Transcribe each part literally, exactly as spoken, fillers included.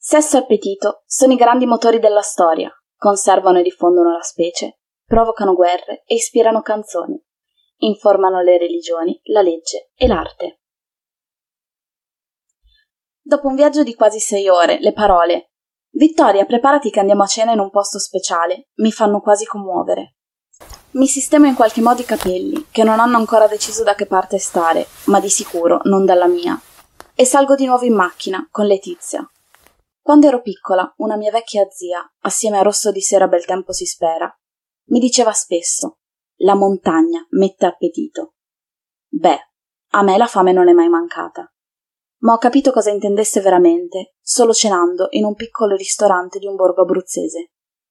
Sesso e appetito sono i grandi motori della storia, conservano e diffondono la specie, provocano guerre e ispirano canzoni, informano le religioni, la legge e l'arte. Dopo un viaggio di quasi sei ore, le parole «Vittoria, preparati che andiamo a cena in un posto speciale» mi fanno quasi commuovere. Mi sistemo in qualche modo i capelli, che non hanno ancora deciso da che parte stare, ma di sicuro non dalla mia, e salgo di nuovo in macchina, con Letizia. Quando ero piccola, una mia vecchia zia, assieme a Rosso di sera bel tempo si spera, mi diceva spesso «La montagna mette appetito». Beh, a me la fame non è mai mancata. Ma ho capito cosa intendesse veramente solo cenando in un piccolo ristorante di un borgo abruzzese.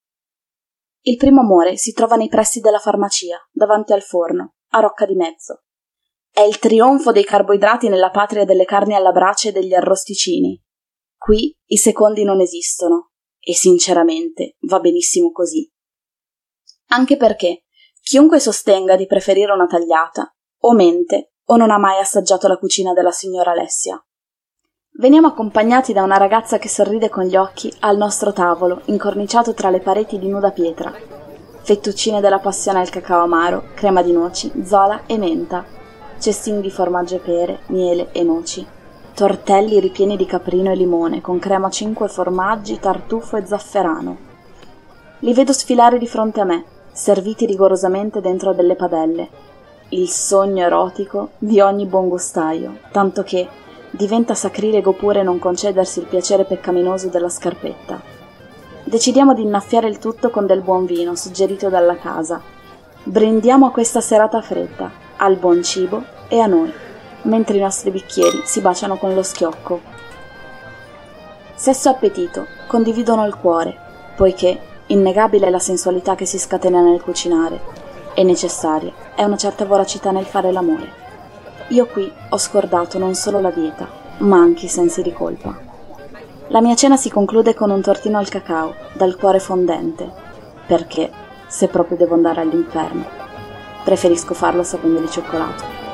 Il primo amore si trova nei pressi della farmacia, davanti al forno, a Rocca di Mezzo. È il trionfo dei carboidrati nella patria delle carni alla brace e degli arrosticini. Qui i secondi non esistono, e sinceramente va benissimo così. Anche perché chiunque sostenga di preferire una tagliata, o mente o non ha mai assaggiato la cucina della signora Alessia. Veniamo accompagnati da una ragazza che sorride con gli occhi al nostro tavolo, incorniciato tra le pareti di nuda pietra. Fettuccine della passione al cacao amaro, crema di noci, zola e menta, cestini di formaggio e pere, miele e noci, tortelli ripieni di caprino e limone, con crema cinque formaggi, tartufo e zafferano. Li vedo sfilare di fronte a me, serviti rigorosamente dentro delle padelle. Il sogno erotico di ogni buon gustaio, tanto che diventa sacrilego pure non concedersi il piacere peccaminoso della scarpetta. Decidiamo di innaffiare il tutto con del buon vino suggerito dalla casa. Brindiamo a questa serata fredda, al buon cibo e a noi, mentre i nostri bicchieri si baciano con lo schiocco. Sesso e appetito condividono il cuore, poiché innegabile è la sensualità che si scatena nel cucinare e necessaria è una certa voracità nel fare l'amore. Io qui ho scordato non solo la dieta, ma anche i sensi di colpa. La mia cena si conclude con un tortino al cacao, dal cuore fondente, perché, se proprio devo andare all'inferno, preferisco farlo sapendo di cioccolato.